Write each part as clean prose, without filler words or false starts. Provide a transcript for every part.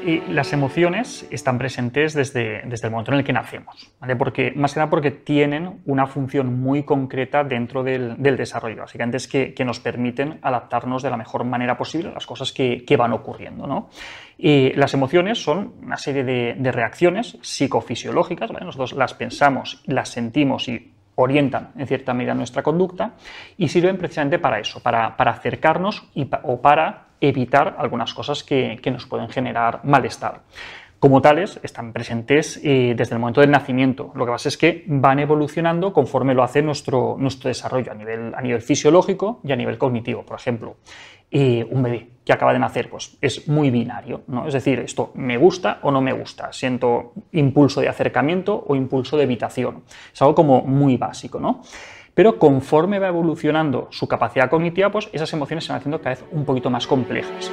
Las emociones están presentes desde el momento en el que nacemos, ¿vale? Más que nada porque tienen una función muy concreta dentro del desarrollo. Básicamente es que nos permiten adaptarnos de la mejor manera posible a las cosas que van ocurriendo, ¿no? Las emociones son una serie de reacciones psicofisiológicas, ¿vale? Nosotros las pensamos, las sentimos y orientan en cierta medida nuestra conducta y sirven precisamente para eso, para acercarnos o para evitar algunas cosas que nos pueden generar malestar. Como tales, están presentes desde el momento del nacimiento. Lo que pasa es que van evolucionando conforme lo hace nuestro desarrollo a nivel fisiológico y a nivel cognitivo. Por ejemplo, un bebé que acaba de nacer pues, es muy binario, ¿no? Es decir, esto me gusta o no me gusta, siento impulso de acercamiento o impulso de evitación. Es algo como muy básico, ¿no? Pero conforme va evolucionando su capacidad cognitiva, pues esas emociones se van haciendo cada vez un poquito más complejas.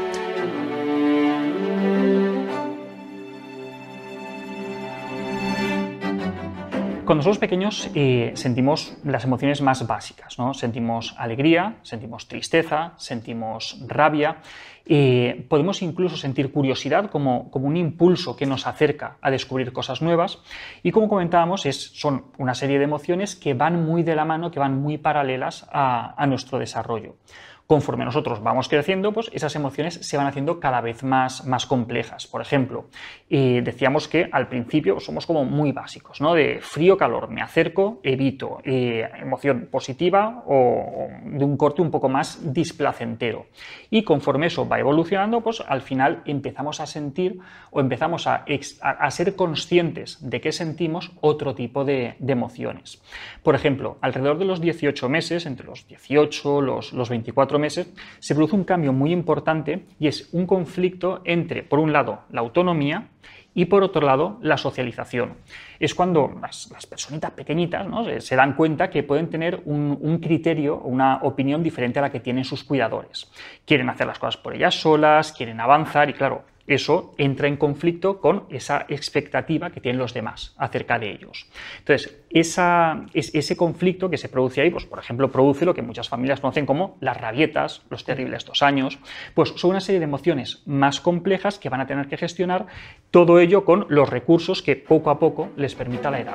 Cuando somos pequeños sentimos las emociones más básicas, ¿no? Sentimos alegría, sentimos tristeza, sentimos rabia, podemos incluso sentir curiosidad como un impulso que nos acerca a descubrir cosas nuevas y, como comentábamos, son una serie de emociones que van muy de la mano, que van muy paralelas a nuestro desarrollo. Conforme nosotros vamos creciendo, pues esas emociones se van haciendo cada vez más complejas. Por ejemplo, decíamos que al principio somos como muy básicos, ¿no? De frío, calor, me acerco, evito, emoción positiva o de un corte un poco más displacentero. Y conforme eso va evolucionando, pues al final empezamos a sentir o empezamos a ser conscientes de que sentimos otro tipo de emociones. Por ejemplo, alrededor de los 18 meses, entre los 18 los 24 meses, se produce un cambio muy importante y es un conflicto entre, por un lado, la autonomía y, por otro lado, la socialización. Es cuando las personitas pequeñitas, ¿no? se dan cuenta que pueden tener un criterio o una opinión diferente a la que tienen sus cuidadores. Quieren hacer las cosas por ellas solas, quieren avanzar y, claro, eso entra en conflicto con esa expectativa que tienen los demás acerca de ellos. Entonces, ese conflicto que se produce ahí, pues, por ejemplo, produce lo que muchas familias conocen como las rabietas, los terribles 2 años, pues son una serie de emociones más complejas que van a tener que gestionar, todo ello con los recursos que poco a poco les permita la edad.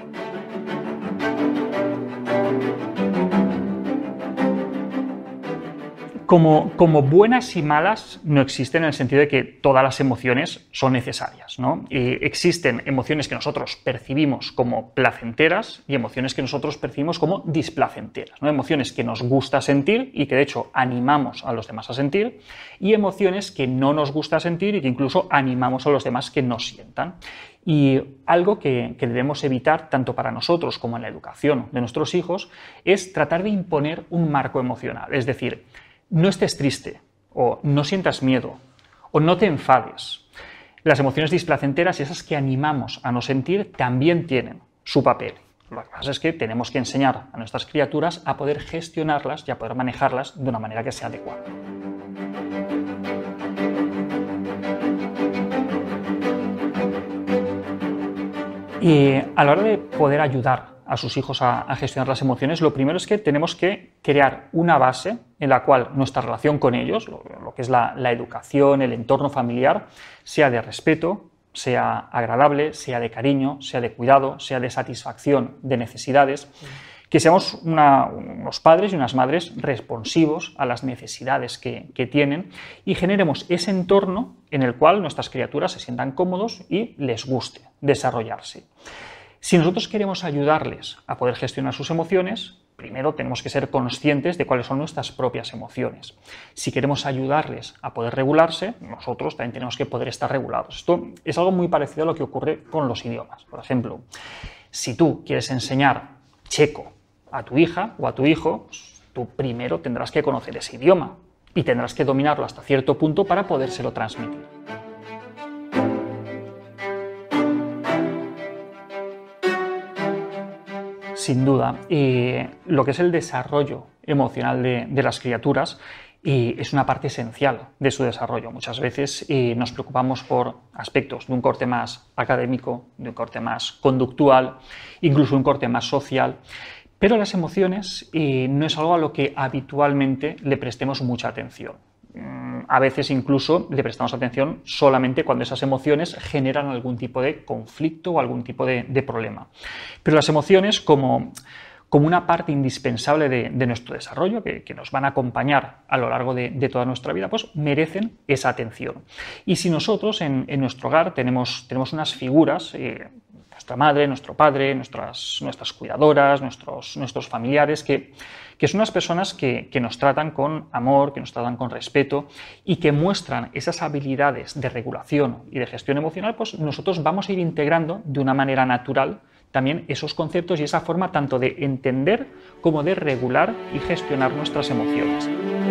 Como buenas y malas no existen, en el sentido de que todas las emociones son necesarias, ¿no? Existen emociones que nosotros percibimos como placenteras y emociones que nosotros percibimos como displacenteras, ¿no? Emociones que nos gusta sentir y que de hecho animamos a los demás a sentir, y emociones que no nos gusta sentir y que incluso animamos a los demás que no sientan. Y algo que debemos evitar tanto para nosotros como en la educación de nuestros hijos es tratar de imponer un marco emocional, es decir, no estés triste, o no sientas miedo, o no te enfades. Las emociones displacenteras, esas que animamos a no sentir, también tienen su papel. Lo que pasa es que tenemos que enseñar a nuestras criaturas a poder gestionarlas y a poder manejarlas de una manera que sea adecuada. Y a la hora de poder ayudar a sus hijos a gestionar las emociones, lo primero es que tenemos que crear una base en la cual nuestra relación con ellos, lo que es la educación, el entorno familiar, sea de respeto, sea agradable, sea de cariño, sea de cuidado, sea de satisfacción de necesidades, que seamos unos padres y unas madres responsivos a las necesidades que tienen y generemos ese entorno en el cual nuestras criaturas se sientan cómodos y les guste desarrollarse. Si nosotros queremos ayudarles a poder gestionar sus emociones, primero tenemos que ser conscientes de cuáles son nuestras propias emociones. Si queremos ayudarles a poder regularse, nosotros también tenemos que poder estar regulados. Esto es algo muy parecido a lo que ocurre con los idiomas. Por ejemplo, si tú quieres enseñar checo a tu hija o a tu hijo, pues tú primero tendrás que conocer ese idioma y tendrás que dominarlo hasta cierto punto para podérselo transmitir. Sin duda, lo que es el desarrollo emocional de las criaturas es una parte esencial de su desarrollo. Muchas veces nos preocupamos por aspectos de un corte más académico, de un corte más conductual, incluso un corte más social, pero las emociones no es algo a lo que habitualmente le prestemos mucha atención. A veces incluso le prestamos atención solamente cuando esas emociones generan algún tipo de conflicto o algún tipo de problema. Pero las emociones, como una parte indispensable de nuestro desarrollo, que nos van a acompañar a lo largo de toda nuestra vida, pues merecen esa atención. Y si nosotros en nuestro hogar tenemos unas figuras, nuestra madre, nuestro padre, nuestras cuidadoras, nuestros familiares, que son unas personas que nos tratan con amor, que nos tratan con respeto y que muestran esas habilidades de regulación y de gestión emocional, pues nosotros vamos a ir integrando de una manera natural también esos conceptos y esa forma tanto de entender como de regular y gestionar nuestras emociones.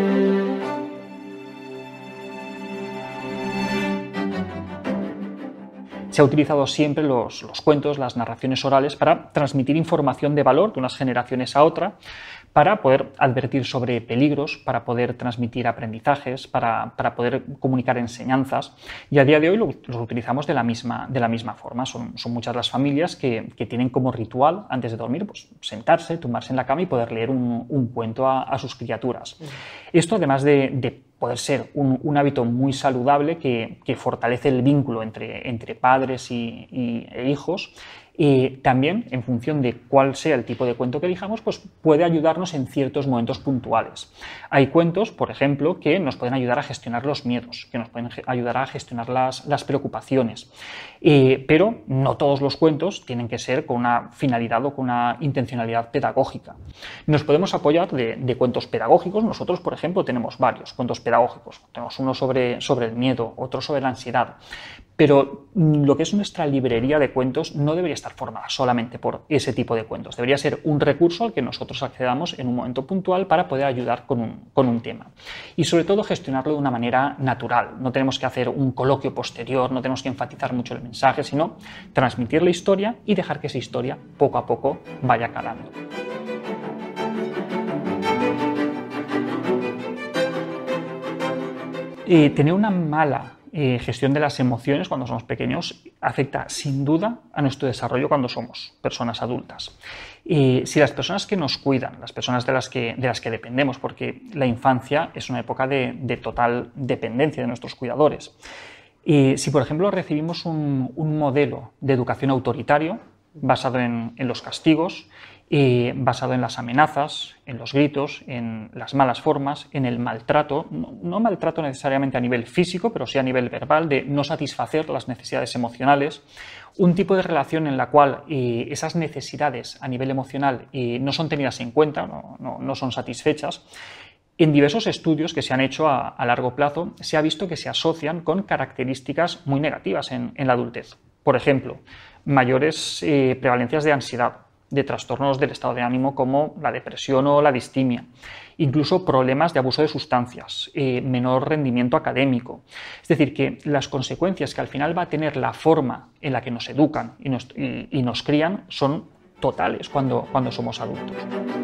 Se ha utilizado siempre los cuentos, las narraciones orales para transmitir información de valor de unas generaciones a otra, para poder advertir sobre peligros, para poder transmitir aprendizajes, para poder comunicar enseñanzas. Y a día de hoy los utilizamos de la misma forma. Son muchas las familias que tienen como ritual antes de dormir pues, sentarse, tumbarse en la cama y poder leer un cuento a sus criaturas. Esto, además de poder ser un hábito muy saludable que fortalece el vínculo entre padres e hijos, también, en función de cuál sea el tipo de cuento que elijamos, pues puede ayudarnos en ciertos momentos puntuales. Hay cuentos, por ejemplo, que nos pueden ayudar a gestionar los miedos, que nos pueden ayudar a gestionar las preocupaciones, pero no todos los cuentos tienen que ser con una finalidad o con una intencionalidad pedagógica. Nos podemos apoyar de cuentos pedagógicos. Nosotros, por ejemplo, tenemos varios cuentos pedagógicos. Tenemos uno sobre el miedo, otro sobre la ansiedad. Pero lo que es nuestra librería de cuentos no debería estar formada solamente por ese tipo de cuentos. Debería ser un recurso al que nosotros accedamos en un momento puntual para poder ayudar con un tema. Y sobre todo gestionarlo de una manera natural. No tenemos que hacer un coloquio posterior, no tenemos que enfatizar mucho el mensaje, sino transmitir la historia y dejar que esa historia poco a poco vaya calando. Tener una mala gestión de las emociones cuando somos pequeños afecta sin duda a nuestro desarrollo cuando somos personas adultas. Si las personas que nos cuidan, las personas de las que dependemos, porque la infancia es una época de total dependencia de nuestros cuidadores, si por ejemplo recibimos un modelo de educación autoritario basado en los castigos, basado en las amenazas, en los gritos, en las malas formas, en el maltrato, no maltrato necesariamente a nivel físico, pero sí a nivel verbal, de no satisfacer las necesidades emocionales, un tipo de relación en la cual esas necesidades a nivel emocional no son tenidas en cuenta, no son satisfechas. En diversos estudios que se han hecho a largo plazo se ha visto que se asocian con características muy negativas en la adultez. Por ejemplo, mayores prevalencias de ansiedad, de trastornos del estado de ánimo como la depresión o la distimia, incluso problemas de abuso de sustancias, menor rendimiento académico. Es decir, que las consecuencias que al final va a tener la forma en la que nos educan y nos crían son totales cuando somos adultos.